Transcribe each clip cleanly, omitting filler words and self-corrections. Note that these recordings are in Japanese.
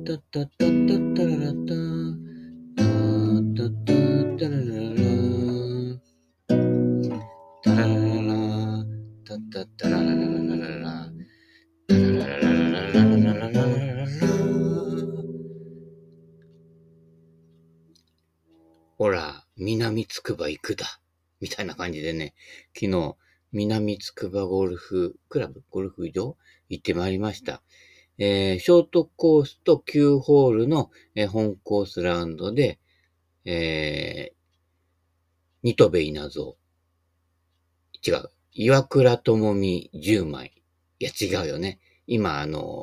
タタタタタララタタタタタラララタラララタタタララララララタララララララララほら、南つくば行くだ。みたいな感じでね、昨日、南つくばゴルフクラブ、ゴルフ場行ってまいりました。ショートコースと9ホールの、本コースラウンドで、新渡戸稲造。違う。岩倉智美10枚。いや、違うよね。今、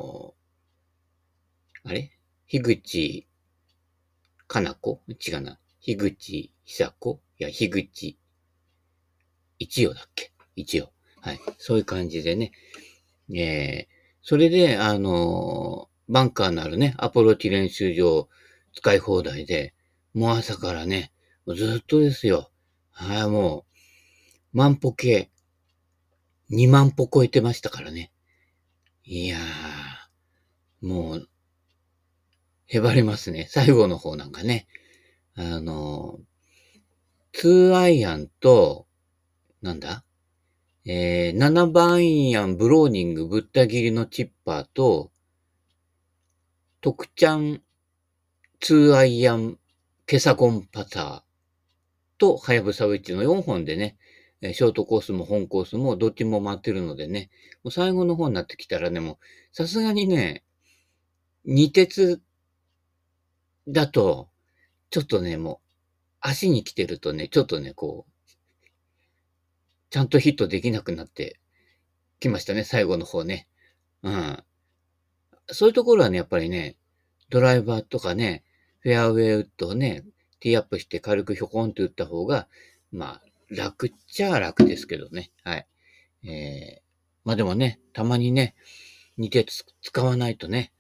あれ樋口かな子違うな。樋口久子いや、樋口一葉だっけ一葉。はい。そういう感じでね。それで、バンカーのあるね、アプローチ練習場使い放題で、もう朝からね、ずっとですよ。はい、もう、万歩計、2万歩超えてましたからね。いやー、もう、へばりますね。最後の方なんかね。2アイアンと、なんだ7番アイアン、ブローニング、ぶった切りのチッパーと、特ちゃん、2アイアン、ケサゴンパターと、ハヤブサウェッジの4本でね、ショートコースも本コースもどっちも回ってるのでね、もう最後の方になってきたらね、もう、さすがにね、二鉄だと、ちょっとね、もう、足に来てるとね、ちょっとね、こう、ちゃんとヒットできなくなってきましたね、最後の方ね。うん。そういうところはね、やっぱりね、ドライバーとかね、フェアウェイウッドをね、ティーアップして軽くひょこんと打った方が、まあ、楽っちゃ楽ですけどね。はい。まあでもね、たまにね、似て使わないとね、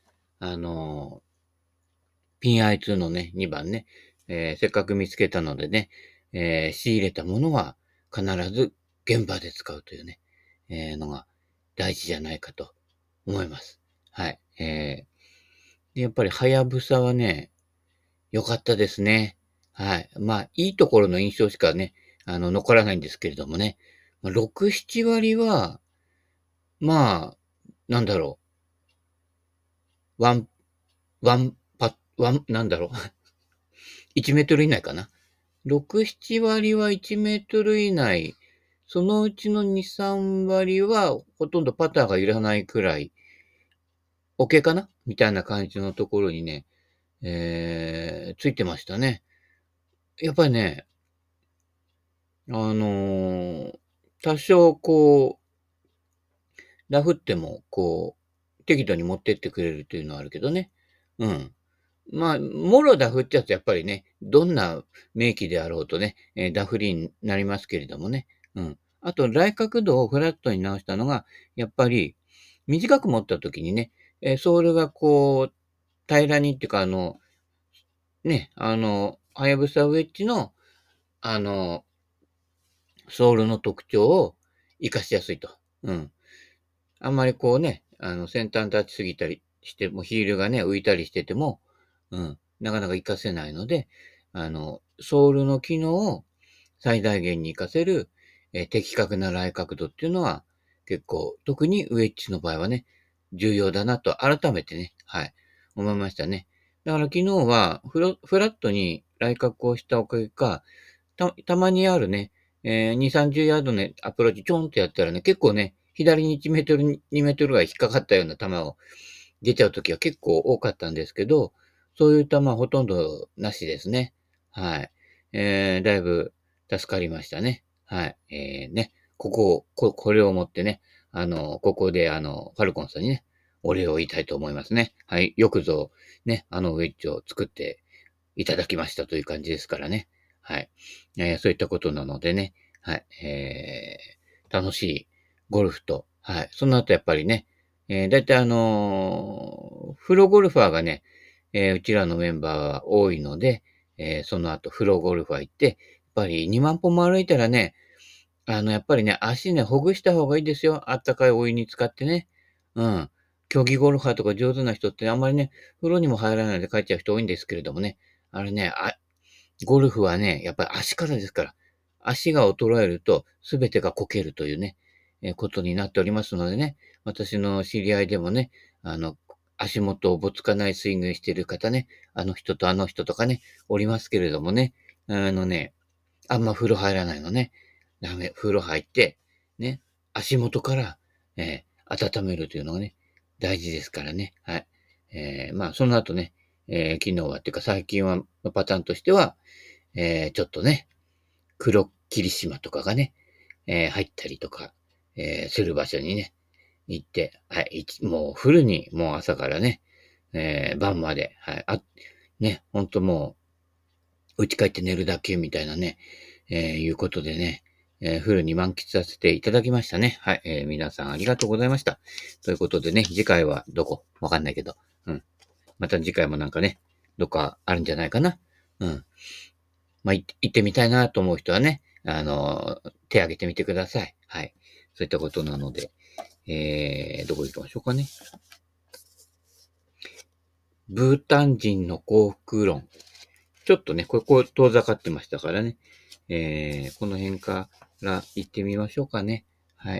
ピン I2 のね、2番ね、せっかく見つけたのでね、仕入れたものは必ず現場で使うというね、のが大事じゃないかと思います。はい。でやっぱりはやぶさはね、良かったですね。はい。まあ、いいところの印象しかね、残らないんですけれどもね。まあ、6、7割は、まあ、なんだろう。なんだろう。1メートル以内かな。6、7割は1メートル以内。そのうちの2、3割はほとんどパターがいらないくらい、OK かなみたいな感じのところにね、ついてましたね。やっぱりね、あの多少こう、ダフっても、こう、適度に持ってってくれるっていうのはあるけどね。うん。まあ、もろダフっちゃうとやっぱりね、どんな名機であろうとね、ダフリーになりますけれどもね。うん。あと、来角度をフラットに直したのが、やっぱり、短く持った時にね、ソールがこう、平らにっていうか、ね、はやぶさウェッジの、あの、ソールの特徴を活かしやすいと。うん。あんまりこうね、先端立ちすぎたりしても、ヒールがね、浮いたりしてても、うん、なかなか活かせないので、ソールの機能を最大限に活かせる、的確な来角度っていうのは、結構、特にウェッジの場合はね、重要だなと改めてね、はい、思いましたね。だから昨日はフラットに来角をしたおかげか、たまにあるね、2、30ヤードね、アプローチちょんってやったらね、結構ね、左に1メートル、2メートルが引っかかったような球を出ちゃうときは結構多かったんですけど、そういう球はほとんどなしですね。はい。だいぶ助かりましたね。はい。ね、これをもってね、ここでファルコンさんにね、お礼を言いたいと思いますね。はい。よくぞ、ね、ウェッジを作っていただきましたという感じですからね。はい。そういったことなのでね。はい。楽しいゴルフと、はい。その後やっぱりね、だいたいプロゴルファーがね、うちらのメンバーは多いので、その後プロゴルファー行って、やっぱり2万歩も歩いたらね、やっぱりね、足ね、ほぐした方がいいですよ。あったかいお湯に浸かってね。うん。 競技ゴルファーとか上手な人ってあんまりね、風呂にも入らないで帰っちゃう人多いんですけれどもね。あれね、ゴルフはね、やっぱり足からですから。足が衰えると全てがこけるというね、ことになっておりますのでね。私の知り合いでもね、足元をぼつかないスイングしている方ね、あの人とあの人とかね、おりますけれどもね。あんま風呂入らないのね。ダメ。風呂入って、ね、足元から、温めるというのがね、大事ですからね。はい。まあ、その後ね、昨日はっていうか最近は、パターンとしては、ちょっとね、黒霧島とかがね、入ったりとか、する場所にね、行って、はい、もうフルに、もう朝からね、晩まで、はい、ね、ほんともう、家帰って寝るだけみたいなね、いうことでね、フルに満喫させていただきましたね。はい、皆さんありがとうございました。ということでね、次回はどこわかんないけど、うん。また次回もなんかね、どっかあるんじゃないかな。うん。まあ、行ってみたいなと思う人はね、手挙げてみてください。はい。そういったことなので、どこ行きましょうかね。ブータン人の幸福論。ちょっとね、ここ遠ざかってましたからね。この辺から行ってみましょうかね。はい。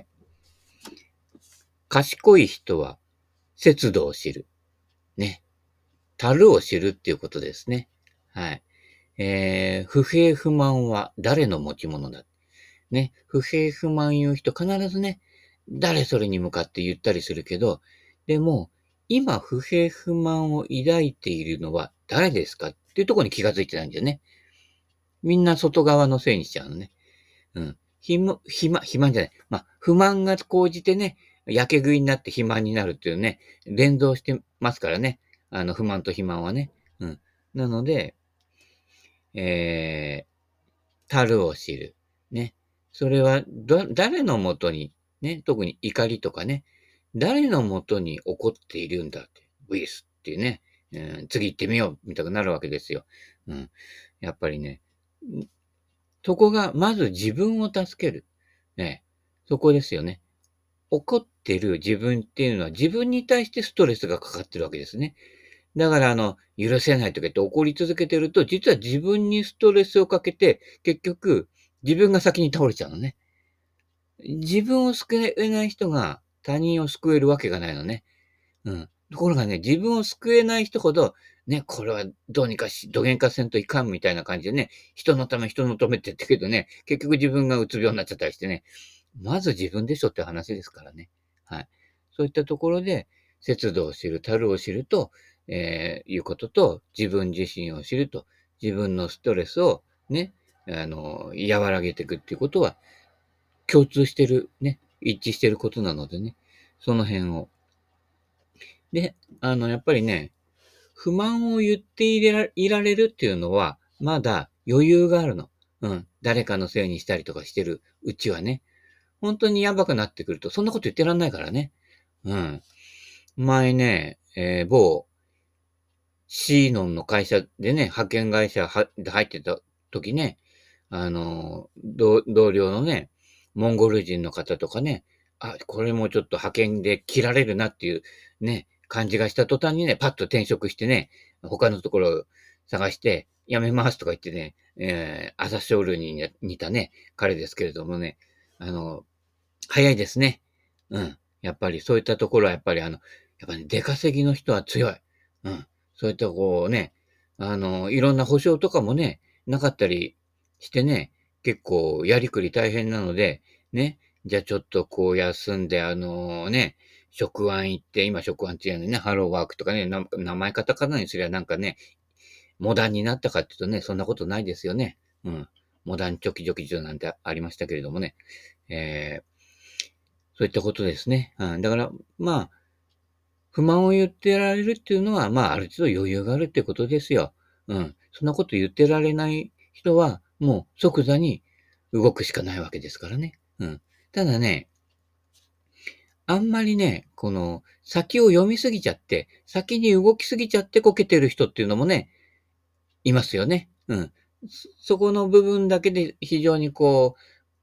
賢い人は節度を知る。ね。樽を知るっていうことですね。はい。不平不満は誰の持ち物だ。ね。不平不満言う人必ずね、誰それに向かって言ったりするけど、でも、今不平不満を抱いているのは誰ですかっていうところに気がついてないんだよね。みんな外側のせいにしちゃうのね。うん。肥満じゃない。まあ、不満が高じてね、やけ食いになって肥満になるっていうね、連動してますからね。不満と肥満はね。うん。なので、え樽を知る。ね。それは、誰のもとに、ね、特に怒りとかね、誰のもとに起こっているんだって、ウイルスっていうね、次行ってみよう、みたくなるわけですよ。うん。やっぱりね、そこが、まず自分を助ける。ね。そこですよね。怒ってる自分っていうのは自分に対してストレスがかかってるわけですね。だから許せないとか言って怒り続けてると、実は自分にストレスをかけて、結局、自分が先に倒れちゃうのね。自分を救えない人が他人を救えるわけがないのね。うん。ところがね、自分を救えない人ほど、ね、これはどうにかどげんかせんといかんみたいな感じでね、人のため、人のためって言ってるけどね、結局自分がうつ病になっちゃったりしてね、まず自分でしょって話ですからね。はい。そういったところで、節度を知る、樽を知ると、いうことと、自分自身を知ると、自分のストレスをね、和らげていくっていうことは、共通してる、ね、一致してることなのでね、その辺を。で、やっぱりね、不満を言っていられるっていうのは、まだ余裕があるの。うん。誰かのせいにしたりとかしてるうちはね。本当にやばくなってくると、そんなこと言ってらんないからね。うん。前ね、某シーノンの会社でね、派遣会社で入ってた時ね、同僚のね、モンゴル人の方とかね、あ、これもちょっと派遣で切られるなっていうね、感じがした途端にね、パッと転職してね、他のところを探して、辞めますとか言ってね、朝青龍に似たね、彼ですけれどもね、早いですね。うん。やっぱりそういったところはやっぱりやっぱね、出稼ぎの人は強い。うん。そういったこうね、いろんな保証とかもね、なかったりしてね、結構やりくり大変なので、ね、じゃあちょっとこう休んで、職安行って、今職安っていうのね、ハローワークとかね、名前カタカナにすりゃなんかね、モダンになったかっていうとね、そんなことないですよね。うん。モダンチョキチョキジョなんてありましたけれどもね。えーそういったことですね。うん。だから、まあ、不満を言ってられるっていうのは、まあ、ある程度余裕があるってことですよ。うん。そんなこと言ってられない人は、もう即座に動くしかないわけですからね。うん。ただね、あんまりね、先を読みすぎちゃって、先に動きすぎちゃってこけてる人っていうのもね、いますよね。うん。そこの部分だけで非常にこう、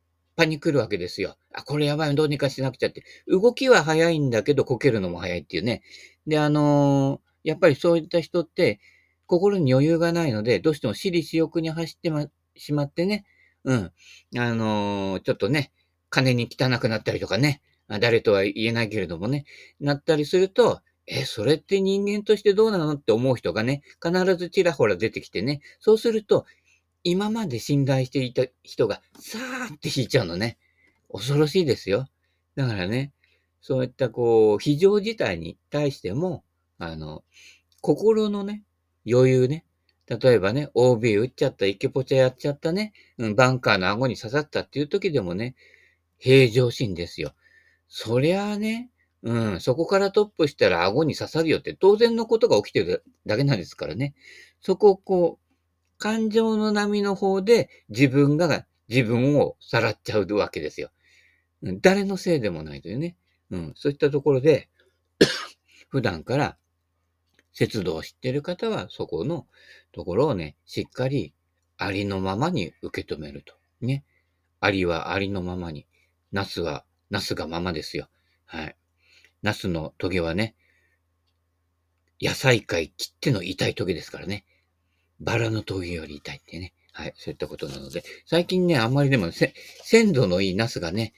パニクるわけですよ。あ、これやばい、どうにかしなくちゃって。動きは早いんだけど、こけるのも早いっていうね。で、やっぱりそういった人って、心に余裕がないので、どうしても私利私欲に走ってしまってね、うん。ちょっとね、金に汚くなったりとかね、誰とは言えないけれどもね、なったりすると、それって人間としてどうなのって思う人がね、必ずちらほら出てきてね、そうすると、今まで信頼していた人が、さーって引いちゃうのね。恐ろしいですよ。だからね、そういった非常事態に対しても、心のね、余裕ね。例えばね、OB 打っちゃった、イケポチャやっちゃったね、バンカーの顎に刺さったっていう時でもね、平常心ですよ。そりゃあね、そこからトップしたら顎に刺さるよって当然のことが起きてるだけなんですからね。そこを感情の波の方で自分をさらっちゃうわけですよ。誰のせいでもないというね。そういったところで、普段から節度を知っている方は、そこのところをね、しっかりありのままに受け止めると。ね。ありはありのままに。ナスはナスがままですよ。はい。ナスのトゲはね、野菜界切っての痛いトゲですからね。バラのトゲより痛いってね。はい。そういったことなので。最近ね、あんまりでも鮮度のいいナスがね、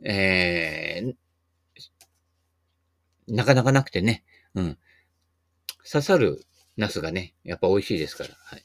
なかなかなくてね。刺さるナスがね、やっぱ美味しいですから。はい。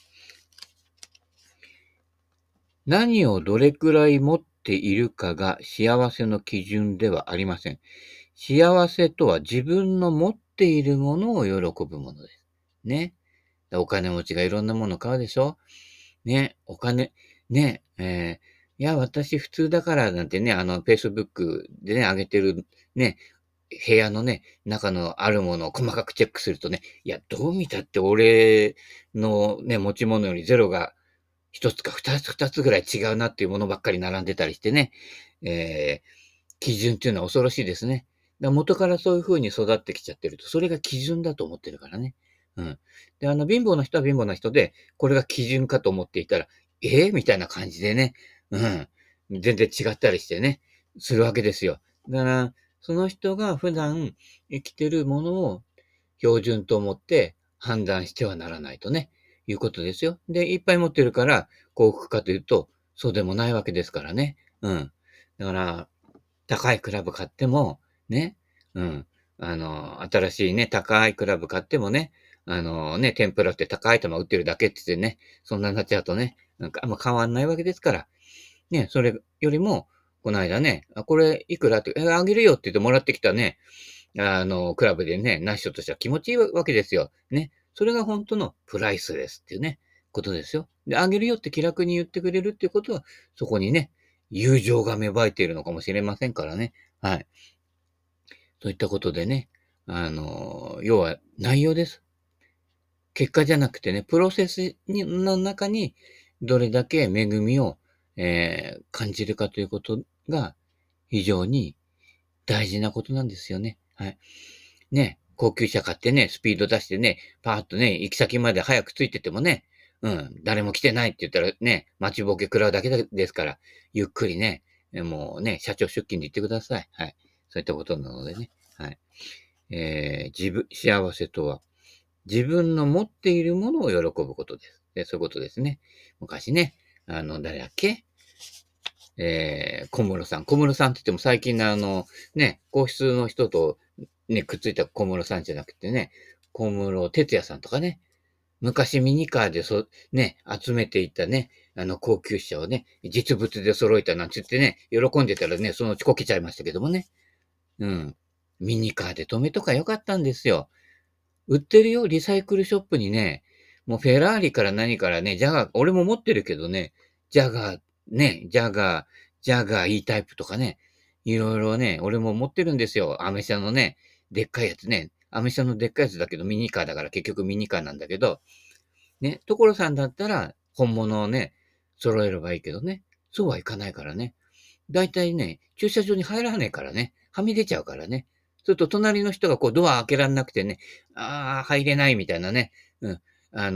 何をどれくらい持っているかが幸せの基準ではありません。幸せとは自分の持っているものを喜ぶものです。ね。お金持ちがいろんなもの買うでしょ。ね。お金、ね。いや、私普通だからなんてね、Facebook でね、上げてるね、部屋のね、中のあるものを細かくチェックするとね、いや、どう見たって俺のね、持ち物よりゼロが一つか二つぐらい違うなっていうものばっかり並んでたりしてね、基準っていうのは恐ろしいですね。元からそういう風に育ってきちゃってると、それが基準だと思ってるからね。で、貧乏な人は貧乏な人で、これが基準かと思っていたら、みたいな感じでね、全然違ったりしてね、するわけですよ。だから、その人が普段生きてるものを標準と思って判断してはならないとね、いうことですよ。で、いっぱい持ってるから幸福かというと、そうでもないわけですからね。だから、高いクラブ買っても、ね、うん。新しいね、高いクラブ買ってもね、天ぷらって高い球打ってるだけって言ってね、そんなになっちゃうとね、なんかあんま変わんないわけですから、ね、それよりも、この間ね、これいくらって、あげるよって言ってもらってきたね、クラブでね、なしとしたら気持ちいいわけですよ。ね。それが本当のプライスですっていうね、ことですよ。で、あげるよって気楽に言ってくれるっていうことは、そこにね、友情が芽生えているのかもしれませんからね。はい。そういったことでね、要は内容です。結果じゃなくてね、プロセスの中にどれだけ恵みを、感じるかということが非常に大事なことなんですよね。はい。ね、高級車買ってね、スピード出してね、パーッとね、行き先まで早く着いててもね、誰も来てないって言ったらね、待ちぼけ食らうだけですから、ゆっくりね、もうね、社長出勤で行ってください。はい。そういったことなのでね。はい。幸せとは、自分の持っているものを喜ぶことです。そういうことですね。昔ね、誰だっけ小室さん。小室さんって言っても最近のね、皇室の人とね、くっついた小室さんじゃなくてね、小室哲也さんとかね、昔ミニカーでね、集めていたね、高級車をね、実物で揃えたなんて言ってね、喜んでたらね、そのうちこけちゃいましたけどもね。うん。ミニカーで止めとかよかったんですよ。売ってるよ、リサイクルショップにね。もうフェラーリから何からね、ジャガー、俺も持ってるけどね、ジャガー、ね、ジャガー E タイプとかね、いろいろね、俺も持ってるんですよ。アメ車のね、でっかいやつね。アメ車のでっかいやつだけどミニカーだから結局ミニカーなんだけど、ね、所さんだったら本物をね、揃えればいいけどね、そうはいかないからね。だいたいね、駐車場に入らねえからね、はみ出ちゃうからね。すると隣の人がドア開けらんなくてね、入れないみたいなね。うん。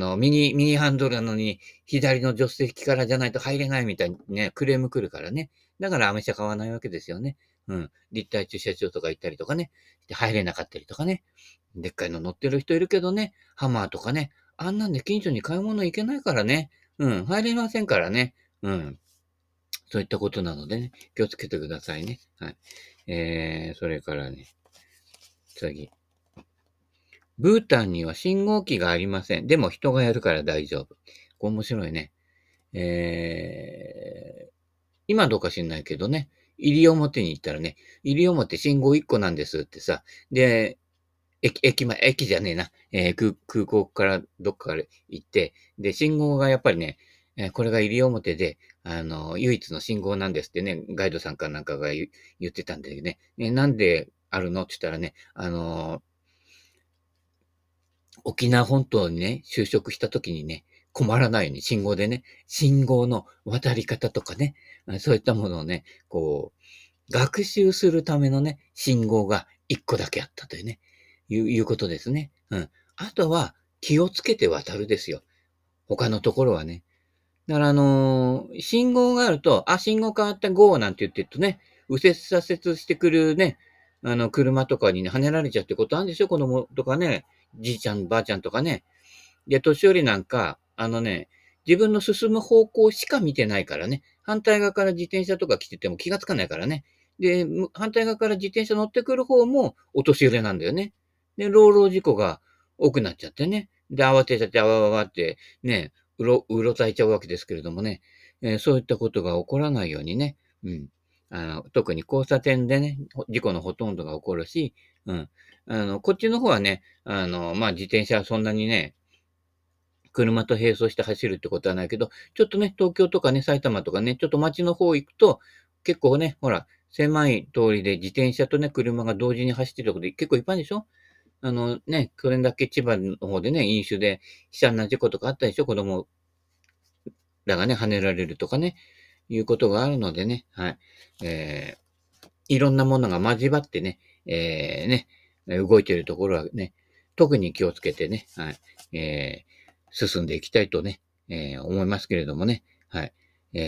右ハンドルなのに、左の助手席からじゃないと入れないみたいにね、クレーム来るからね。 だからアメ車買わないわけですよね。立体駐車場とか行ったりとかね。で入れなかったりとかね。でっかいの乗ってる人いるけどね。ハマーとかね。あんなんで近所に買い物行けないからね。入れませんからね。そういったことなのでね。気をつけてくださいね。はい。それからね。次。ブータンには信号機がありません。でも人がやるから大丈夫。これ面白いね。今どうか知んないけどね。西表に行ったらね、西表信号1個なんですってさ。で、駅じゃねえな。空港からどっかから行って、で、信号がやっぱりね、これが西表で、唯一の信号なんですってね、ガイドさんかなんかが言ってたんでね。なんであるのって言ったらね、沖縄本島にね、就職した時にね、困らないように信号でね、信号の渡り方とかね、そういったものをね、こう、学習するためのね、信号が一個だけあったというね、いうことですね。あとは、気をつけて渡るですよ。他のところはね。だから信号があると、信号変わった GO なんて言ってるとね、右折左折してくるね、車とかにね、跳ねられちゃうってことあるんでしょ子供とかね、じいちゃん、ばあちゃんとかね。で、年寄りなんか、自分の進む方向しか見てないからね。反対側から自転車とか来てても気がつかないからね。で、反対側から自転車乗ってくる方もお年寄りなんだよね。で、老老事故が多くなっちゃってね。で、慌てちゃって、あわわわって、ね、うろたえちゃうわけですけれどもね。そういったことが起こらないようにね。特に交差点でね、事故のほとんどが起こるし、こっちの方はね、自転車はそんなにね、車と並走して走るってことはないけど、ちょっとね、東京とかね、埼玉とかね、ちょっと街の方行くと、結構ね、ほら、狭い通りで自転車とね、車が同時に走ってるとこで結構いっぱいでしょそれだけ千葉の方でね、飲酒で悲惨な事故とかあったでしょ子供らがね、跳ねられるとかね、いうことがあるのでね、はい。いろんなものが交わってね、動いているところはね、特に気をつけてね、はい。進んでいきたいとね、思いますけれどもね。はい。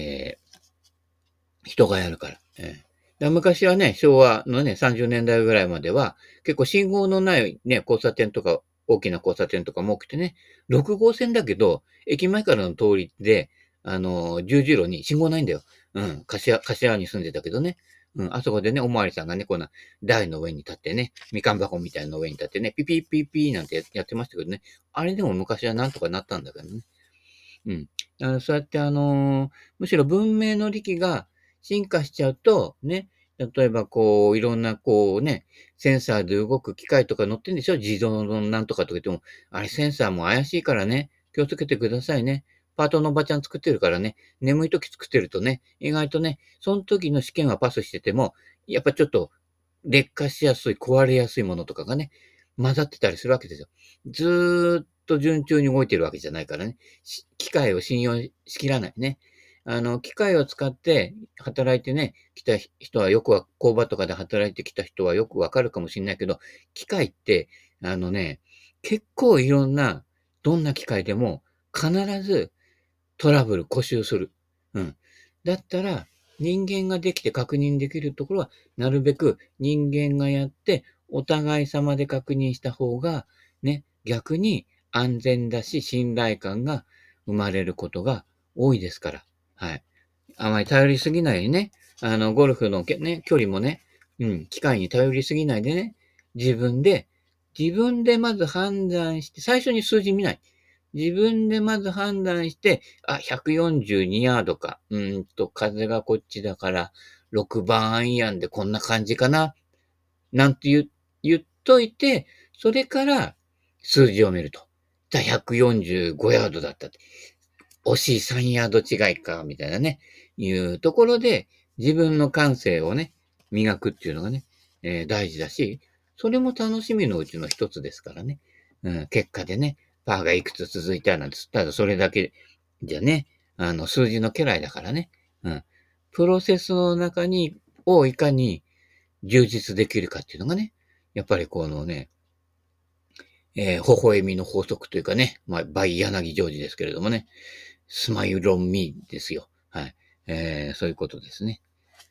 人がやるから。昔はね、昭和のね、30年代ぐらいまでは、結構信号のないね、交差点とか、大きな交差点とかも多くてね、6号線だけど、駅前からの通りで、十字路に信号ないんだよ。柏に住んでたけどね。あそこでね、おまわりさんがね、こんな台の上に立ってね、みかん箱みたいなの上に立ってね、ピピピピーなんてやってましたけどね。あれでも昔はなんとかなったんだけどね。そうやってむしろ文明の利器が進化しちゃうと、ね、例えばこう、いろんなこうね、センサーで動く機械とか乗ってんでしょ自動のなんとかとか言っても、あれセンサーも怪しいからね、気をつけてくださいね。パートのおばちゃん作ってるからね、眠い時作ってるとね、意外とね、その時の試験はパスしてても、やっぱちょっと劣化しやすい、壊れやすいものとかがね、混ざってたりするわけですよ。ずーっと順調に動いてるわけじゃないからね。機械を信用しきらないね。機械を使って働いてね、来た人はよくは、工場とかで働いてきた人はよくわかるかもしれないけど、機械って、結構いろんな、どんな機械でも必ずトラブル、故障する。だったら、人間ができて確認できるところは、なるべく人間がやって、お互い様で確認した方が、ね、逆に安全だし、信頼感が生まれることが多いですから。はい。あまり頼りすぎないでね。ゴルフのね、距離もね、機械に頼りすぎないでね、自分で、自分でまず判断して、最初に数字見ない。自分でまず判断して、142ヤードか。風がこっちだから、6番アイアンでこんな感じかな。なんて言っといて、それから数字を見ると。145ヤードだったって。惜しい3ヤード違いか、みたいなね、いうところで、自分の感性をね、磨くっていうのがね、大事だし、それも楽しみのうちの一つですからね。結果でね、パーがいくつ続いたなんて、ただそれだけじゃね、数字の家来だからね。プロセスの中をいかに充実できるかっていうのがね、やっぱりこのね、微笑みの法則というかね、バイ柳ジョージですけれどもね、スマイルオンミーですよ。はい。そういうことですね。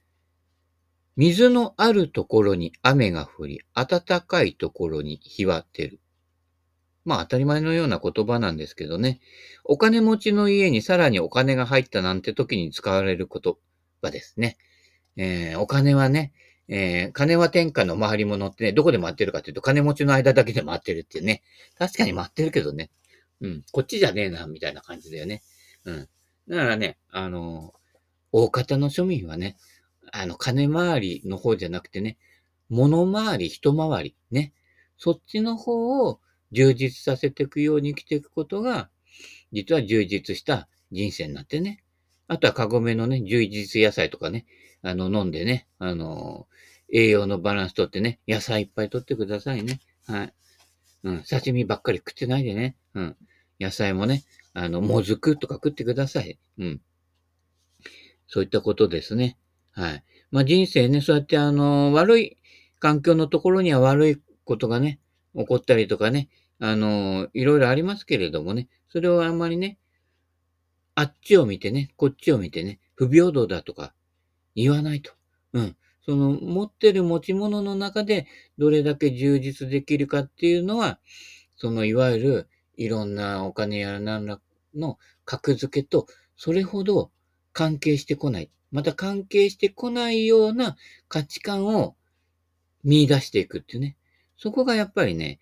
水のあるところに雨が降り、暖かいところに日は出る。まあ当たり前のような言葉なんですけどね。お金持ちの家にさらにお金が入ったなんて時に使われる言葉ですね。お金はね、金は天下の回り物ってね、どこで回ってるかっていうと、金持ちの間だけで回ってるっていうね。確かに回ってるけどね。こっちじゃねえな、みたいな感じだよね。だからね、大方の庶民はね、金回りの方じゃなくてね、物回り、人回り、ね。そっちの方を充実させていくように生きていくことが、実は充実した人生になってね。あとはカゴメのね、充実野菜とかね、飲んでね、栄養のバランスとってね、野菜いっぱいとってくださいね。はい。刺身ばっかり食ってないでね。野菜もね、もずくとか食ってください。そういったことですね。はい。まあ人生ね、そうやって悪い環境のところには悪いことがね、起こったりとかね、いろいろありますけれどもね、それをあんまりね、あっちを見てね、こっちを見てね、不平等だとか言わないと。その持ってる持ち物の中でどれだけ充実できるかっていうのは、そのいわゆるいろんなお金や何らの格付けとそれほど関係してこない。また関係してこないような価値観を見出していくっていうね。そこがやっぱりね、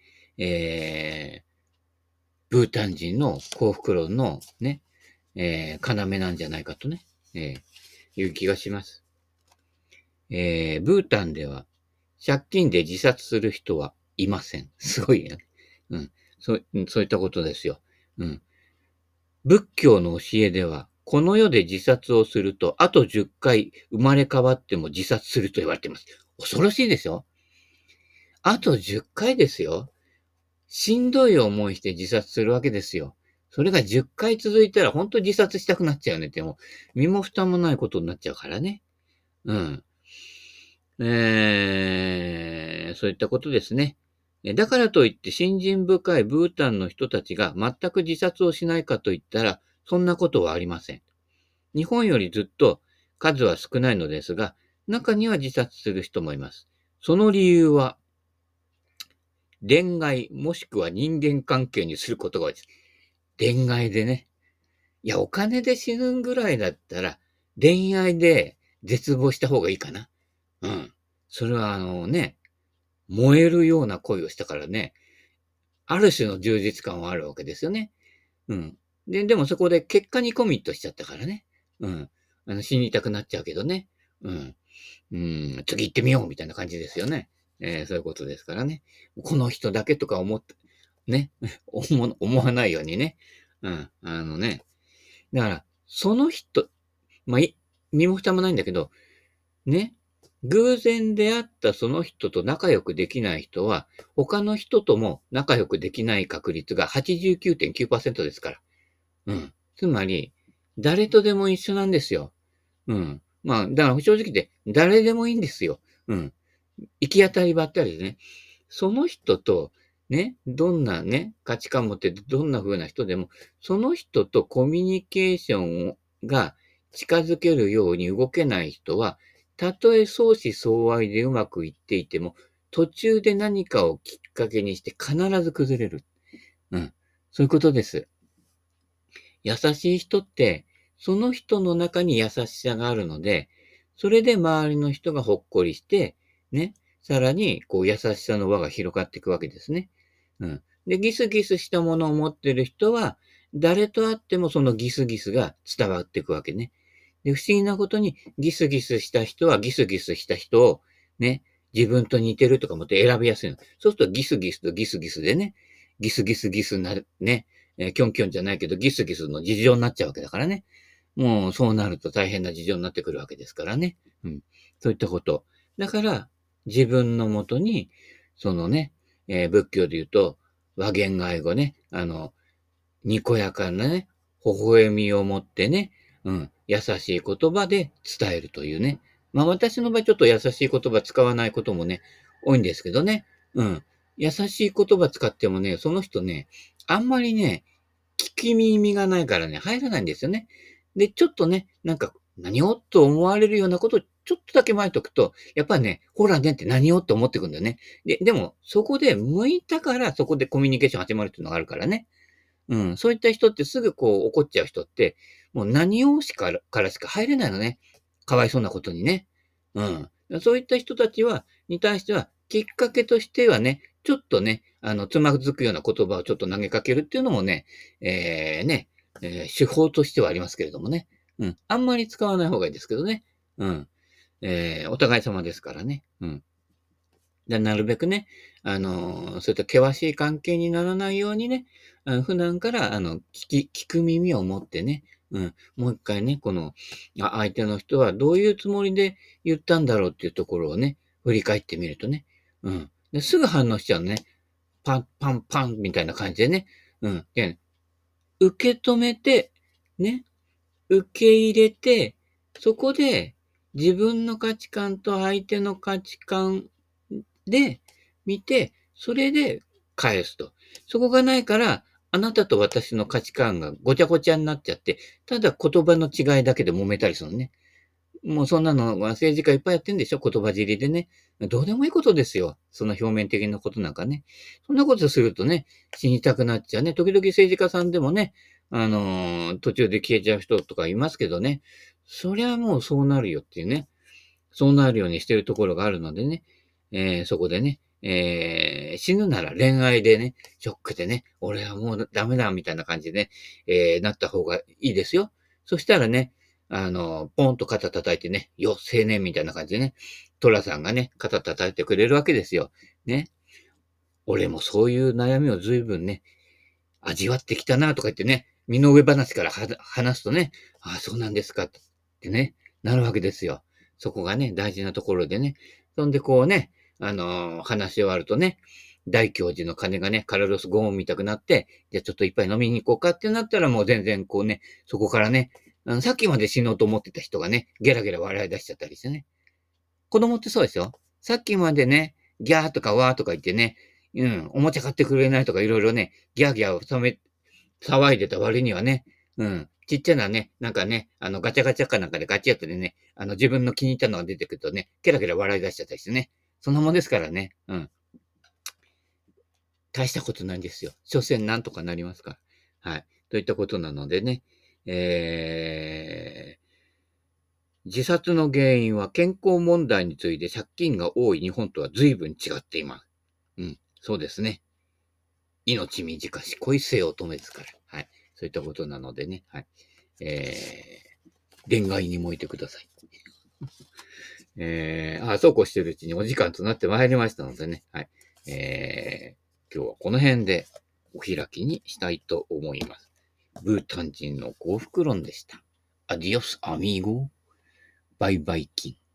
ブータン人の幸福論のね、要なんじゃないかとね、いう気がします。ブータンでは借金で自殺する人はいません。すごいね。そういったことですよ。仏教の教えでは、この世で自殺をすると、あと10回生まれ変わっても自殺すると言われています。恐ろしいですよ。あと10回ですよ。しんどい思いして自殺するわけですよ。それが10回続いたら本当に自殺したくなっちゃうねって、もう身も蓋もないことになっちゃうからね。そういったことですね。だからといって信心深いブータンの人たちが全く自殺をしないかといったら、そんなことはありません。日本よりずっと数は少ないのですが、中には自殺する人もいます。その理由は、恋愛もしくは人間関係にすることが多いです。恋愛でね。いや、お金で死ぬぐらいだったら、恋愛で絶望した方がいいかな。それは燃えるような恋をしたからね、ある種の充実感はあるわけですよね。でもそこで結果にコミットしちゃったからね。死にたくなっちゃうけどね。次行ってみようみたいな感じですよね。そういうことですからね。この人だけとか思って、ね、思わないようにね。だから、その人、まあ、身も蓋もないんだけど、ね、偶然出会ったその人と仲良くできない人は、他の人とも仲良くできない確率が 89.9% ですから。つまり、誰とでも一緒なんですよ。まあ、だから正直言って、誰でもいいんですよ。行き当たりばったりでね。その人と、ね、どんなね、価値観持ってて、どんな風な人でも、その人とコミュニケーションが近づけるように動けない人は、たとえ相思相愛でうまくいっていても、途中で何かをきっかけにして必ず崩れる。そういうことです。優しい人って、その人の中に優しさがあるので、それで周りの人がほっこりして、ね、さらに、こう、優しさの輪が広がっていくわけですね。で、ギスギスしたものを持ってる人は、誰と会ってもそのギスギスが伝わっていくわけね。で、不思議なことに、ギスギスした人はギスギスした人を、ね、自分と似てるとか思って選びやすいの。そうするとギスギスとギスギスでね、ギスギスギスになる、ね、キョンキョンじゃないけど、ギスギスの事情になっちゃうわけだからね。もう、そうなると大変な事情になってくるわけですからね。そういったこと。だから、自分のもとに、そのね、仏教で言うと、和言外語ね、にこやかなね、微笑みを持ってね、優しい言葉で伝えるというね。まあ私の場合ちょっと優しい言葉使わないこともね、多いんですけどね。優しい言葉使ってもね、その人ね、あんまりね、聞き耳がないからね、入らないんですよね。で、ちょっとね、なんか、何をと思われるようなことをちちょっとだけ巻いとくと、やっぱりね、ほらねって何をって思ってくんだよね。でも、そこで剥いたから、そこでコミュニケーション始まるっていうのがあるからね。うん。そういった人ってすぐこう怒っちゃう人って、もう何をからしか入れないのね。かわいそうなことにね。うん。そういった人たちに対しては、きっかけとしてはね、ちょっとね、つまずくような言葉をちょっと投げかけるっていうのもね、手法としてはありますけれどもね。うん。あんまり使わない方がいいですけどね。うん。お互い様ですからね。うん。なるべくね、そういった険しい関係にならないようにね、普段から、聞く耳を持ってね、うん、もう一回ね、相手の人はどういうつもりで言ったんだろうっていうところをね、振り返ってみるとね、うん。すぐ反応しちゃうのね。パン、パン、パンみたいな感じでね、うん。で、受け止めて、ね、受け入れて、そこで自分の価値観と相手の価値観で見て、それで返すと。そこがないから、あなたと私の価値観がごちゃごちゃになっちゃって、ただ言葉の違いだけで揉めたりするのね。もうそんなのは政治家いっぱいやってんでしょ、言葉尻でね。どうでもいいことですよ。その表面的なことなんかね。そんなことするとね、死にたくなっちゃうね。時々政治家さんでもね、途中で消えちゃう人とかいますけどね。そりゃもうそうなるよっていうね。そうなるようにしてるところがあるのでね。そこでね、死ぬなら恋愛でね、ショックでね、俺はもうダメだみたいな感じでね、なった方がいいですよ。そしたらね、ポンと肩叩いてね、よ、青年みたいな感じでね、トラさんがね、肩叩いてくれるわけですよ。ね。俺もそういう悩みを随分ね、味わってきたなとか言ってね、身の上話から話すとね、ああ、そうなんですかってね、なるわけですよ。そこがね、大事なところでね。そんでこうね、話し終わるとね、大教授の金がね、カルロス・ゴーン見たくなって、じゃあちょっと一杯飲みに行こうかってなったらもう全然こうね、そこからね、さっきまで死のうと思ってた人がね、ゲラゲラ笑い出しちゃったりしてね。子供ってそうですよ。さっきまでね、ギャーとかワーとか言ってね、うん、おもちゃ買ってくれないとかいろいろね、ギャーギャー騒いでた割にはね、うん、ちっちゃなね、なんかね、ガチャガチャかなんかでガチやってでね、自分の気に入ったのが出てくるとね、ケラケラ笑い出しちゃったりしてね。そんなもんですからね。うん。大したことないんですよ。所詮なんとかなりますから。はい。といったことなのでね、自殺の原因は健康問題について借金が多い日本とは随分違っています。うん。そうですね。命短し恋せよ乙女ですから。はい。そういったことなのでね。はい。恋愛に燃えてください。そうこうしてるうちにお時間となってまいりましたのでね。はい。今日はこの辺でお開きにしたいと思います。ブータン人の幸福論でした。アディオスアミーゴ。バイバイキン。